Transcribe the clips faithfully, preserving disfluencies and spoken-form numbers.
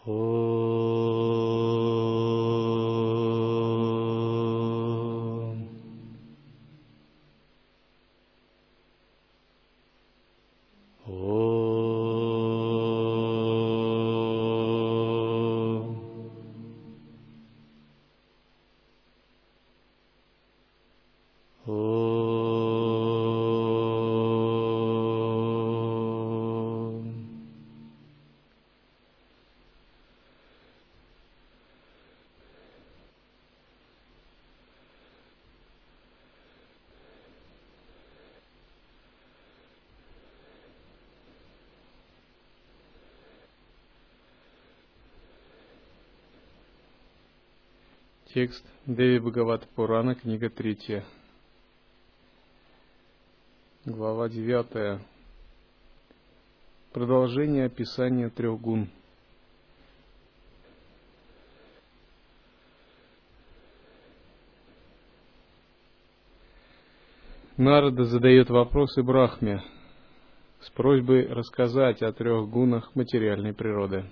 Текст Деви Бхагават Пурана, книга третья, глава девятая. Продолжение описания трех гун. Нарада задает вопросы Брахме с просьбой рассказать о трех гунах материальной природы.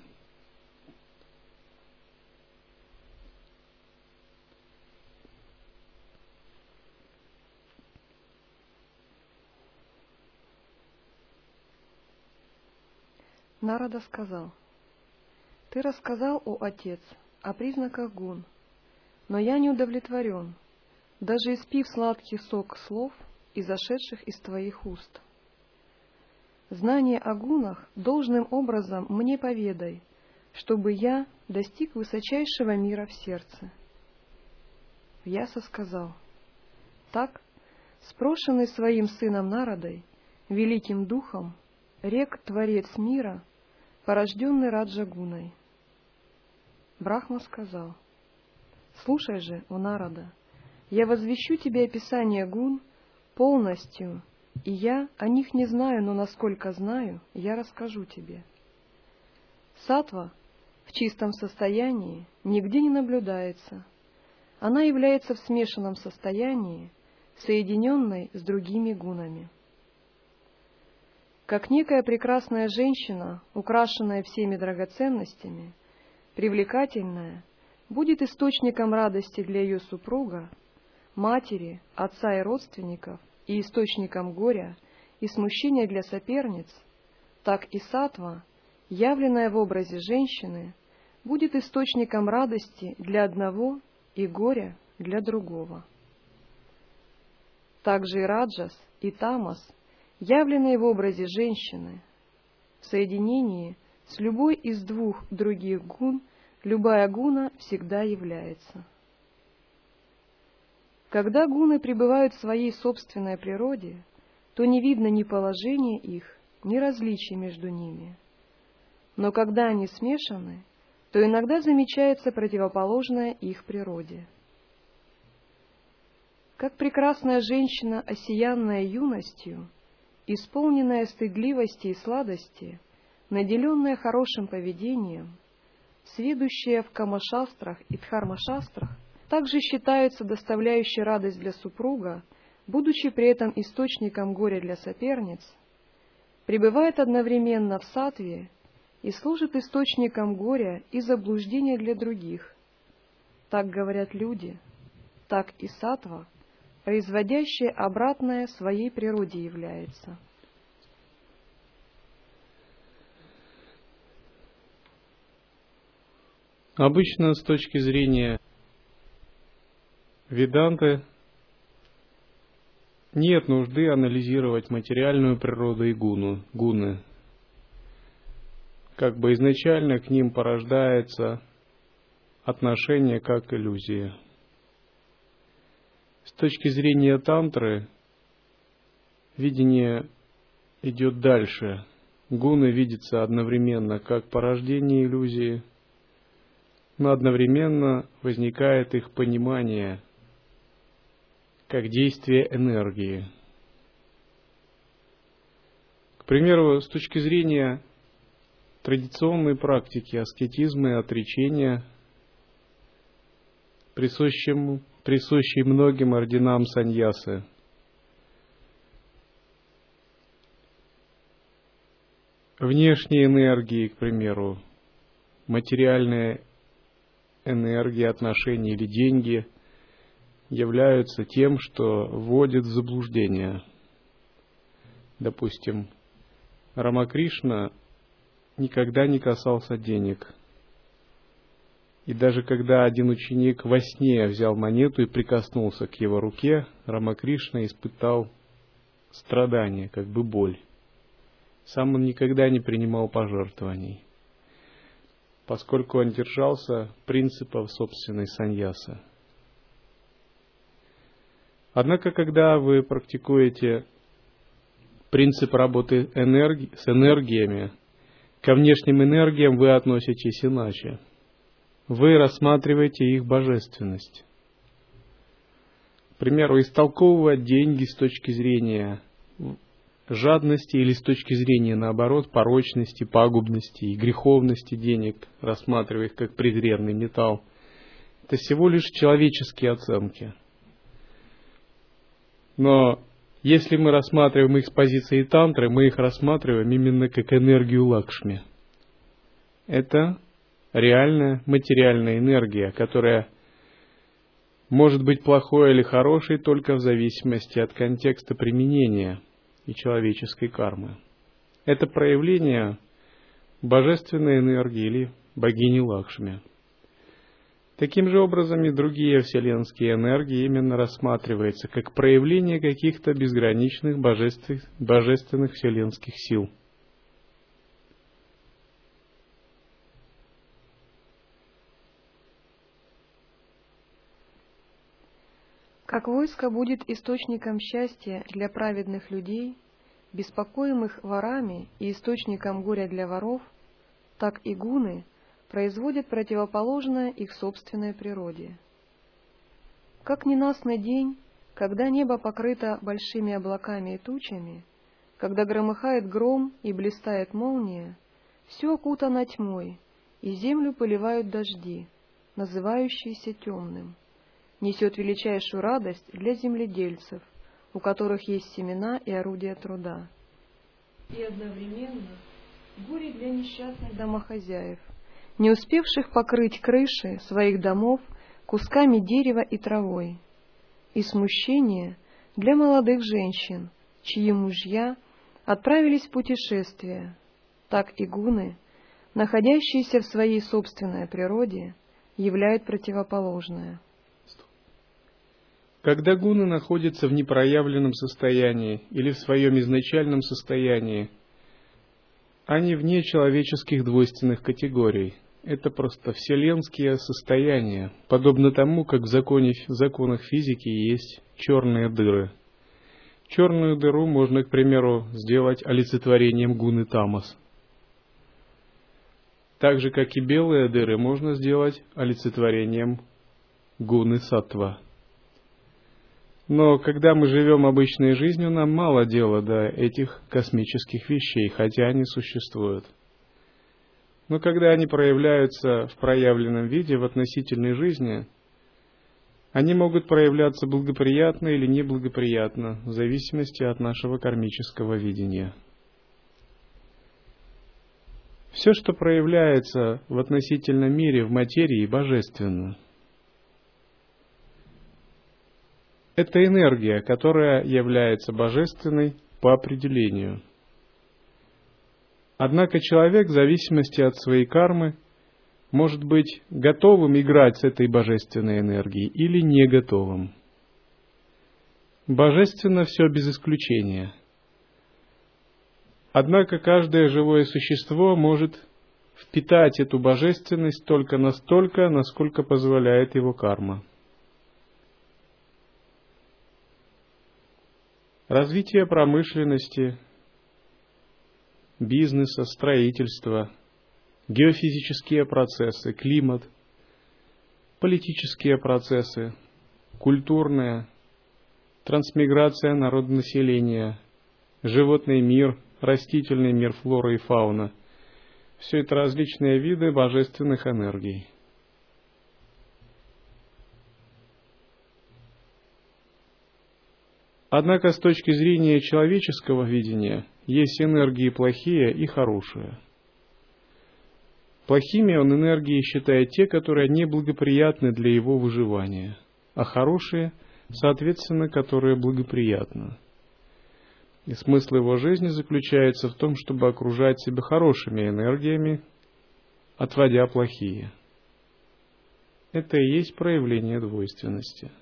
Нарада сказал: «Ты рассказал, о Отец, о признаках гун, но я не удовлетворен, даже испив сладкий сок слов, изошедших из твоих уст. Знание о гунах должным образом мне поведай, чтобы я достиг высочайшего мира в сердце». Вьяса сказал: «Так, спрошенный своим сыном Нарадой, великим духом, рек Творец мира, порожденный Раджа-гуной». Брахма сказал: «Слушай же, о Нарада, я возвещу тебе описание гун полностью, и я о них не знаю, но насколько знаю, я расскажу тебе. Саттва в чистом состоянии нигде не наблюдается. Она является в смешанном состоянии, соединенной с другими гунами. Как некая прекрасная женщина, украшенная всеми драгоценностями, привлекательная, будет источником радости для ее супруга, матери, отца и родственников, и источником горя и смущения для соперниц, так и саттва, явленная в образе женщины, будет источником радости для одного и горя для другого. Также и раджас, и тамас, явленные в образе женщины, в соединении с любой из двух других гун, любая гуна всегда является. Когда гуны пребывают в своей собственной природе, то не видно ни положения их, ни различий между ними. Но когда они смешаны, то иногда замечается противоположное их природе. Как прекрасная женщина, осиянная юностью, исполненная стыдливости и сладости, наделенная хорошим поведением, сведущая в камашастрах и дхармашастрах, также считается доставляющей радость для супруга, будучи при этом источником горя для соперниц, пребывает одновременно в саттве и служит источником горя и заблуждения для других. Так говорят люди, так и саттва, производящая обратное своей природе, является. Обычно с точки зрения Веданты нет нужды анализировать материальную природу и гуну, гуны. Как бы изначально к ним порождается отношение как иллюзия. С точки зрения тантры видение идет дальше. Гуны видятся одновременно как порождение иллюзии, но одновременно возникает их понимание как действие энергии. К примеру, с точки зрения традиционной практики аскетизма и отречения, присущим, присущей многим орденам саньясы, внешние энергии, к примеру, материальная энергия, отношения или деньги являются тем, что вводит в заблуждение. Допустим, Рамакришна никогда не касался денег. И даже когда один ученик во сне взял монету и прикоснулся к его руке, Рамакришна испытал страдание, как бы боль. Сам он никогда не принимал пожертвований, поскольку он держался принципов собственной саньясы. Однако, когда вы практикуете принцип работы энерги- с энергиями, ко внешним энергиям вы относитесь иначе. Вы рассматриваете их божественность. К примеру, истолковывать деньги с точки зрения жадности или с точки зрения, наоборот, порочности, пагубности и греховности денег, рассматривая их как презренный металл, это всего лишь человеческие оценки. Но если мы рассматриваем их с позиции тантры, мы их рассматриваем именно как энергию Лакшми. Это реальная материальная энергия, которая может быть плохой или хорошей только в зависимости от контекста применения и человеческой кармы. Это проявление божественной энергии или богини Лакшми. Таким же образом и другие вселенские энергии именно рассматриваются как проявление каких-то безграничных божественных, божественных вселенских сил. Как войско будет источником счастья для праведных людей, беспокоимых ворами, и источником горя для воров, так и гуны производят противоположное их собственной природе. Как ненастный день, когда небо покрыто большими облаками и тучами, когда громыхает гром и блистает молния, все окутано тьмой, и землю поливают дожди, называющиеся темным, несет величайшую радость для земледельцев, у которых есть семена и орудия труда, и одновременно горе для несчастных домохозяев, не успевших покрыть крыши своих домов кусками дерева и травой, и смущение для молодых женщин, чьи мужья отправились в путешествие, так и гуны, находящиеся в своей собственной природе, являют противоположное. Когда гуны находятся в непроявленном состоянии или в своем изначальном состоянии, они вне человеческих двойственных категорий. Это просто вселенские состояния, подобно тому, как в, законе, в законах физики есть черные дыры. Черную дыру можно, к примеру, сделать олицетворением гуны Тамас. Так же, как и белые дыры, можно сделать олицетворением гуны Саттва. Но когда мы живем обычной жизнью, нам мало дела до этих космических вещей, хотя они существуют. Но когда они проявляются в проявленном виде в относительной жизни, они могут проявляться благоприятно или неблагоприятно, в зависимости от нашего кармического видения. Все, что проявляется в относительном мире, в материи, божественно. Это энергия, которая является божественной по определению. Однако человек, в зависимости от своей кармы, может быть готовым играть с этой божественной энергией или не готовым. Божественно все без исключения. Однако каждое живое существо может впитать эту божественность только настолько, насколько позволяет его карма. Развитие промышленности, бизнеса, строительства, геофизические процессы, климат, политические процессы, культурная, трансмиграция народонаселения, животный мир, растительный мир, флора и фауна – все это различные виды божественных энергий. Однако с точки зрения человеческого видения есть энергии плохие и хорошие. Плохими он энергии считает те, которые неблагоприятны для его выживания, а хорошие, соответственно, которые благоприятны. И смысл его жизни заключается в том, чтобы окружать себя хорошими энергиями, отводя плохие. Это и есть проявление двойственности.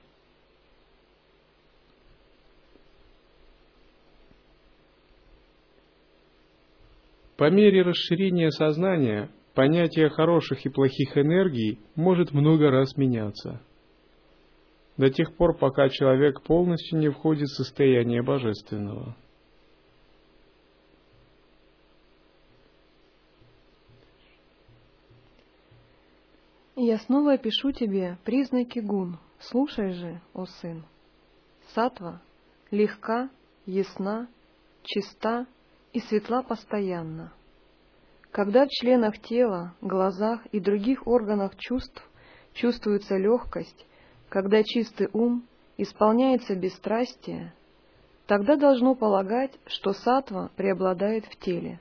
По мере расширения сознания понятие хороших и плохих энергий может много раз меняться, до тех пор, пока человек полностью не входит в состояние божественного. Я снова опишу тебе признаки гун. Слушай же, о сын. Саттва легка, ясна, чиста и светла постоянно. Когда в членах тела, глазах и других органах чувств чувствуется легкость, когда чистый ум исполняется бесстрастие, тогда должно полагать, что саттва преобладает в теле.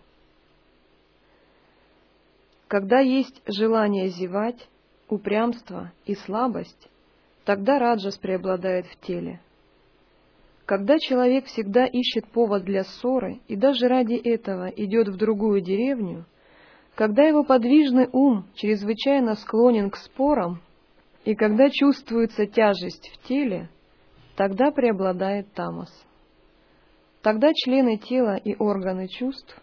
Когда есть желание зевать, упрямство и слабость, тогда раджас преобладает в теле. Когда человек всегда ищет повод для ссоры и даже ради этого идет в другую деревню, когда его подвижный ум чрезвычайно склонен к спорам, и когда чувствуется тяжесть в теле, тогда преобладает тамас. Тогда члены тела и органы чувств.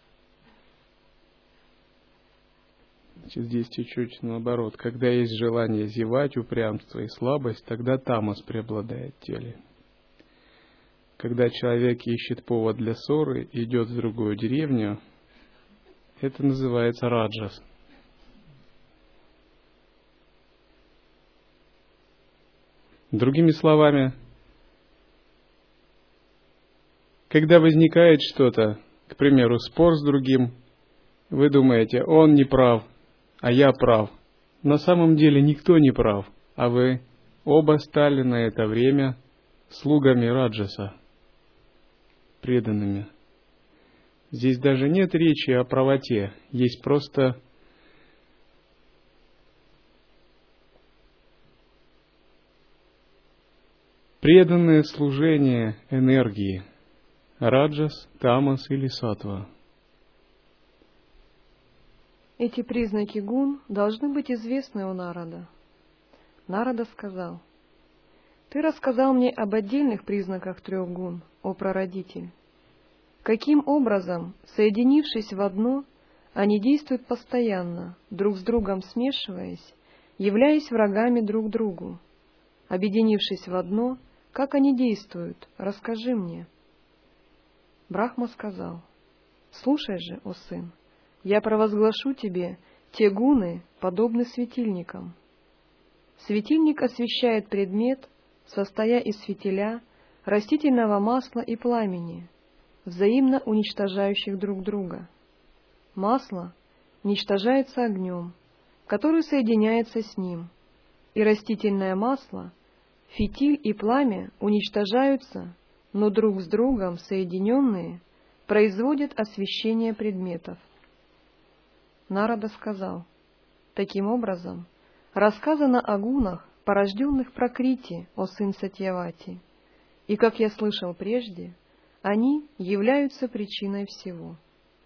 Здесь чуть-чуть наоборот. Когда есть желание зевать, упрямство и слабость, тогда тамас преобладает в теле. Когда человек ищет повод для ссоры и идет в другую деревню, это называется раджас. Другими словами, когда возникает что-то, к примеру, спор с другим, вы думаете, он не прав, а я прав. На самом деле никто не прав, а вы оба стали на это время слугами раджаса, преданными. Здесь даже нет речи о правоте, есть просто преданное служение энергии, раджас, тамас или саттва. Эти признаки гун должны быть известны у Нарада. Нарада сказал: «Ты рассказал мне об отдельных признаках трех гун, о прародитель. Каким образом, соединившись в одно, они действуют постоянно, друг с другом смешиваясь, являясь врагами друг другу? Объединившись в одно, как они действуют? Расскажи мне». Брахма сказал: «Слушай же, о сын, я провозглашу тебе, те гуны подобны светильникам. Светильник освещает предмет, состоя из фитиля, растительного масла и пламени, взаимно уничтожающих друг друга. Масло уничтожается огнем, который соединяется с ним, и растительное масло, фитиль и пламя уничтожаются, но друг с другом соединенные производят освещение предметов. Нарада сказал: таким образом, рассказано о гунах, порожденных Пракрити, о сын Сатьявати, и, как я слышал прежде, они являются причиной всего.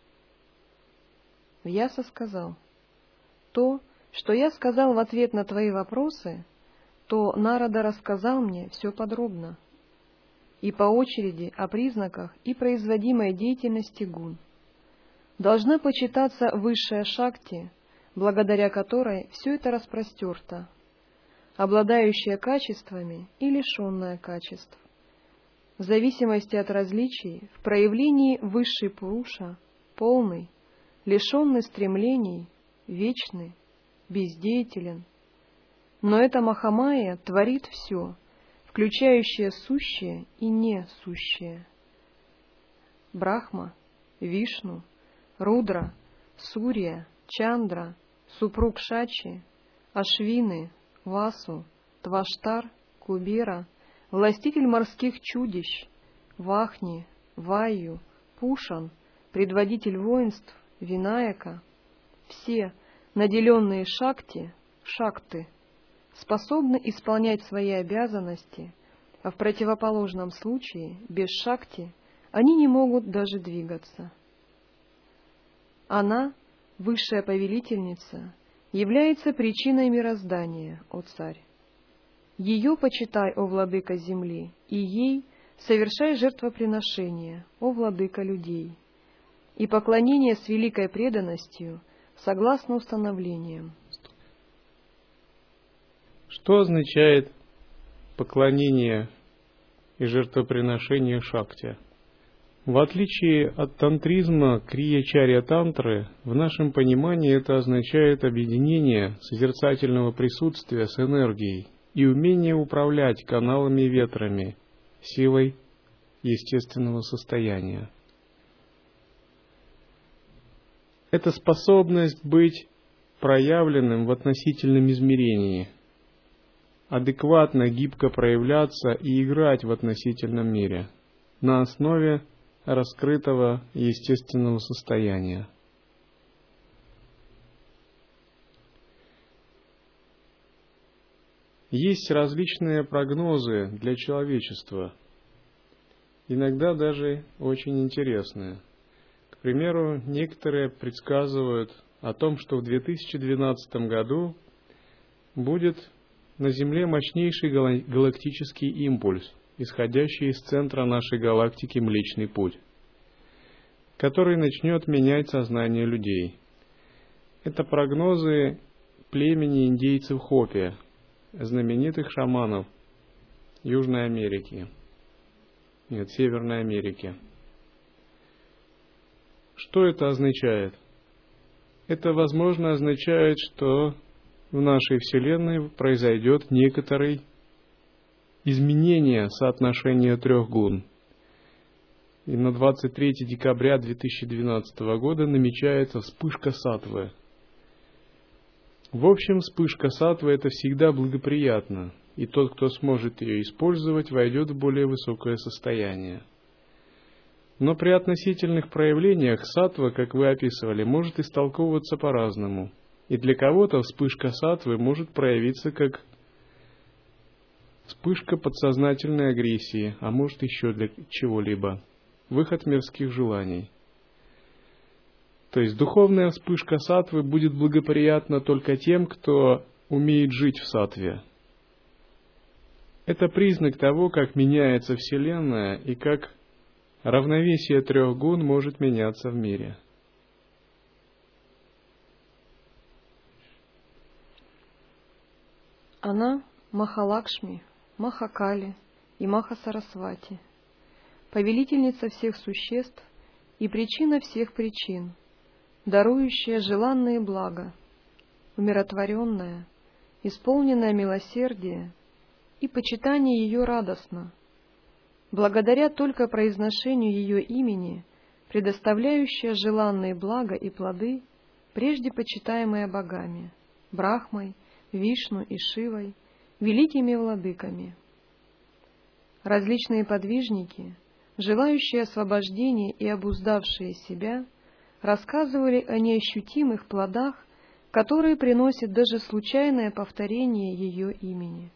Вьяса сказал: то, что я сказал в ответ на твои вопросы, то Нарада рассказал мне все подробно, и по очереди о признаках и производимой деятельности гун. Должна почитаться высшая шакти, благодаря которой все это распростерто, обладающая качествами и лишенная качеств. В зависимости от различий, в проявлении высшей Пуруша, полный, лишенный стремлений, вечный, бездеятелен. Но эта Махамайя творит все, включающее сущее и несущее. Брахма, Вишну, Рудра, Сурья, Чандра, супруг Шачи, Ашвины, Васу, Тваштар, Кубера, властитель морских чудищ, Вахни, Ваю, Пушан, предводитель воинств, Винаяка, все, наделенные шакти, шакты, способны исполнять свои обязанности, а в противоположном случае, без шакти, они не могут даже двигаться. Она, высшая повелительница, является причиной мироздания, о царь. Ее почитай, о владыка земли, и ей совершай жертвоприношение, о владыка людей, и поклонение с великой преданностью, согласно установлениям. Что означает поклонение и жертвоприношение Шакти? В отличие от тантризма, крия-чарья-тантры, в нашем понимании это означает объединение созерцательного присутствия с энергией и умение управлять каналами и ветрами, силой естественного состояния. Это способность быть проявленным в относительном измерении, адекватно, гибко проявляться и играть в относительном мире на основе раскрытого естественного состояния. Есть различные прогнозы для человечества, иногда даже очень интересные. К примеру, некоторые предсказывают о том, что в две тысячи двенадцатом году будет на Земле мощнейший галактический импульс, исходящий из центра нашей галактики Млечный Путь, который начнет менять сознание людей. Это прогнозы племени индейцев Хопи, знаменитых шаманов Южной Америки, нет, Северной Америки. Что это означает? Это, возможно, означает, что в нашей Вселенной произойдет некоторый изменение соотношения трех гун. И на двадцать третьего декабря две тысячи двенадцатого года намечается вспышка саттвы. В общем, вспышка саттвы — это всегда благоприятно, и тот, кто сможет ее использовать, войдет в более высокое состояние. Но при относительных проявлениях саттва, как вы описывали, может истолковываться по-разному. И для кого-то вспышка саттвы может проявиться как вспышка подсознательной агрессии, а может еще для чего-либо, выход мирских желаний. То есть духовная вспышка саттвы будет благоприятна только тем, кто умеет жить в саттве. Это признак того, как меняется Вселенная и как равновесие трех гун может меняться в мире. Она Махалакшми, Махакали и Махасарасвати, повелительница всех существ и причина всех причин, дарующая желанные блага, умиротворенная, исполненная милосердия, и почитание ее радостно, благодаря только произношению ее имени, предоставляющая желанные блага и плоды, прежде почитаемые богами, Брахмой, Вишну и Шивой, великими владыками. Различные подвижники, желающие освобождения и обуздавшие себя, рассказывали о неощутимых плодах, которые приносят даже случайное повторение ее имени.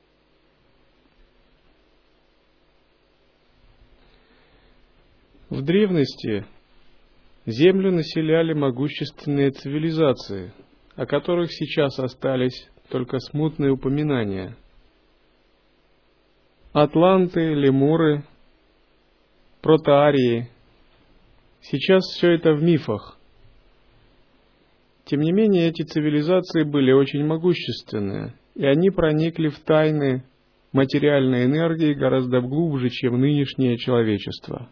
В древности Землю населяли могущественные цивилизации, о которых сейчас остались только смутные упоминания. Атланты, лемуры, протоарии. Сейчас все это в мифах. Тем не менее, эти цивилизации были очень могущественные, и они проникли в тайны материальной энергии гораздо глубже, чем нынешнее человечество.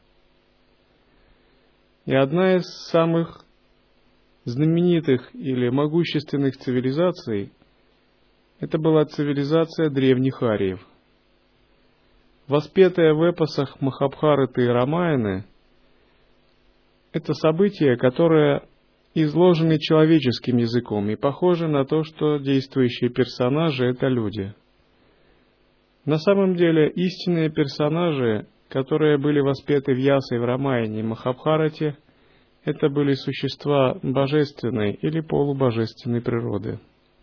И одна из самых знаменитых или могущественных цивилизаций — это была цивилизация древних ариев. Воспетая в эпосах Махабхараты и Рамаяны, это события, которые изложены человеческим языком и похожи на то, что действующие персонажи — это люди. На самом деле, истинные персонажи, которые были воспеты в Ясе и в Рамаяне и Махабхарате, это были существа божественной или полубожественной природы.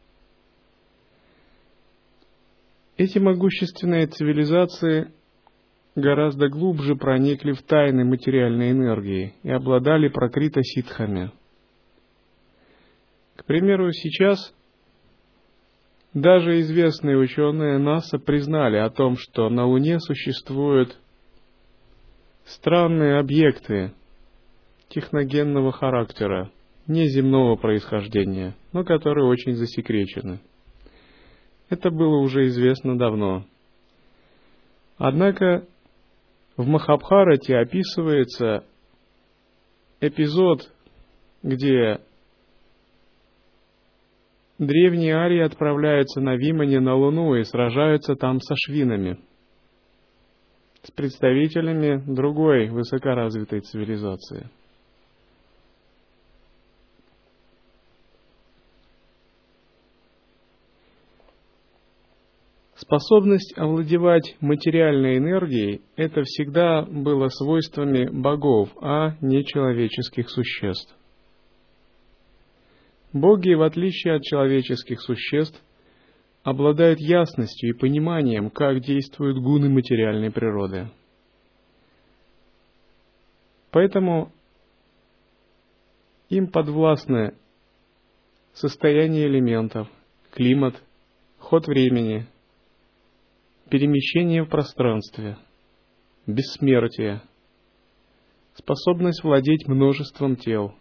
Эти могущественные цивилизации гораздо глубже проникли в тайны материальной энергии и обладали пракрита-ситхами. К примеру, сейчас даже известные ученые НАСА признали о том, что на Луне существуют странные объекты техногенного характера, неземного происхождения, но которые очень засекречены. Это было уже известно давно. Однако в Махабхарате описывается эпизод, где древние арии отправляются на Вимане на Луну и сражаются там со швинами, с представителями другой высокоразвитой цивилизации. Способность овладевать материальной энергией – это всегда было свойствами богов, а не человеческих существ. Боги, в отличие от человеческих существ, обладают ясностью и пониманием, как действуют гуны материальной природы. Поэтому им подвластны состояние элементов, климат, ход времени, перемещение в пространстве, бессмертие, способность владеть множеством тел.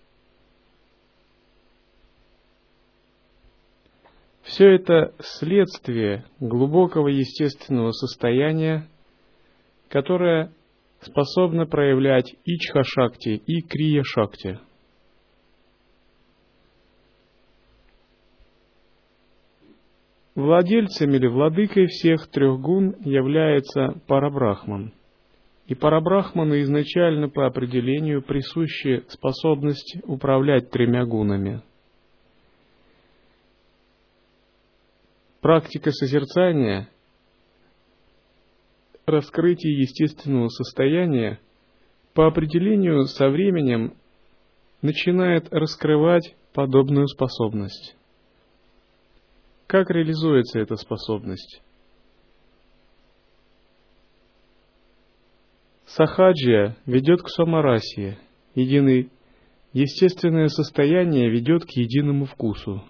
Все это следствие глубокого естественного состояния, которое способно проявлять ичха-шакти и крия-шакти. Владельцем или владыкой всех трех гун является Парабрахман. И Парабрахману изначально по определению присуща способность управлять тремя гунами. Практика созерцания, раскрытие естественного состояния по определению со временем начинает раскрывать подобную способность. Как реализуется эта способность? Сахаджия ведет к самарасье, единый естественное состояние ведет к единому вкусу.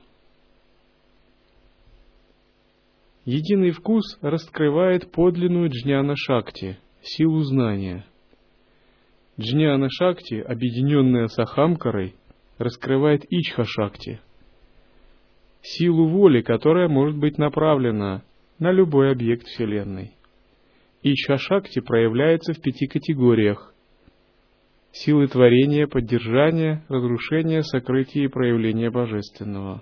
Единый вкус раскрывает подлинную джняна-шакти, силу знания. Джняна-шакти, объединенная с Ахамкарой, раскрывает ичха-шакти, силу воли, которая может быть направлена на любой объект Вселенной. Ичха-шакти проявляется в пяти категориях: силы творения, поддержания, разрушения, сокрытия и проявления божественного.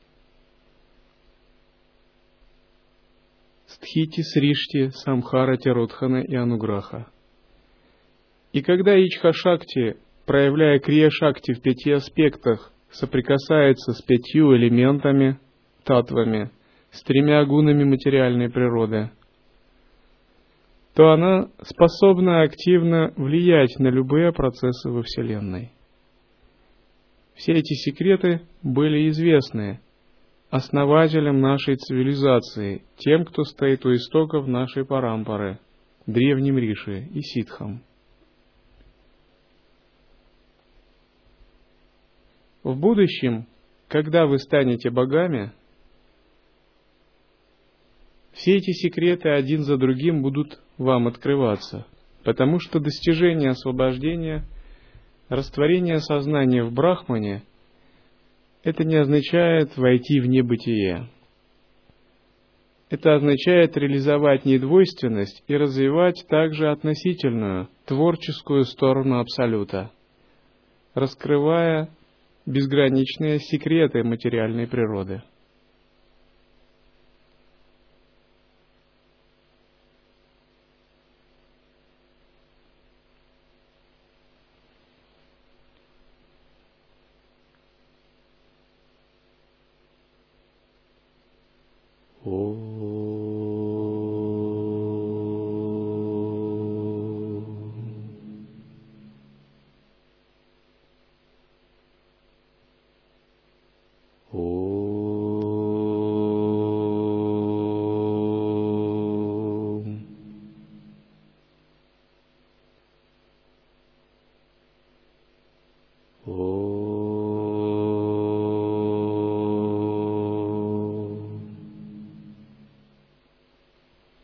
Стхити, Сришти, Самхара, Тиродхана и Ануграха. И когда Ичха-шакти, проявляя Крия-шакти в пяти аспектах, соприкасается с пятью элементами, татвами, с тремя гунами материальной природы, то она способна активно влиять на любые процессы во Вселенной. Все эти секреты были известны основателям нашей цивилизации, тем, кто стоит у истоков нашей парампары, древним риши и ситхам. В будущем, когда вы станете богами, все эти секреты один за другим будут вам открываться, потому что достижение освобождения, растворение сознания в Брахмане – это не означает войти в небытие. Это означает реализовать недвойственность и развивать также относительную, творческую сторону Абсолюта, раскрывая безграничные секреты материальной природы. Om. Om.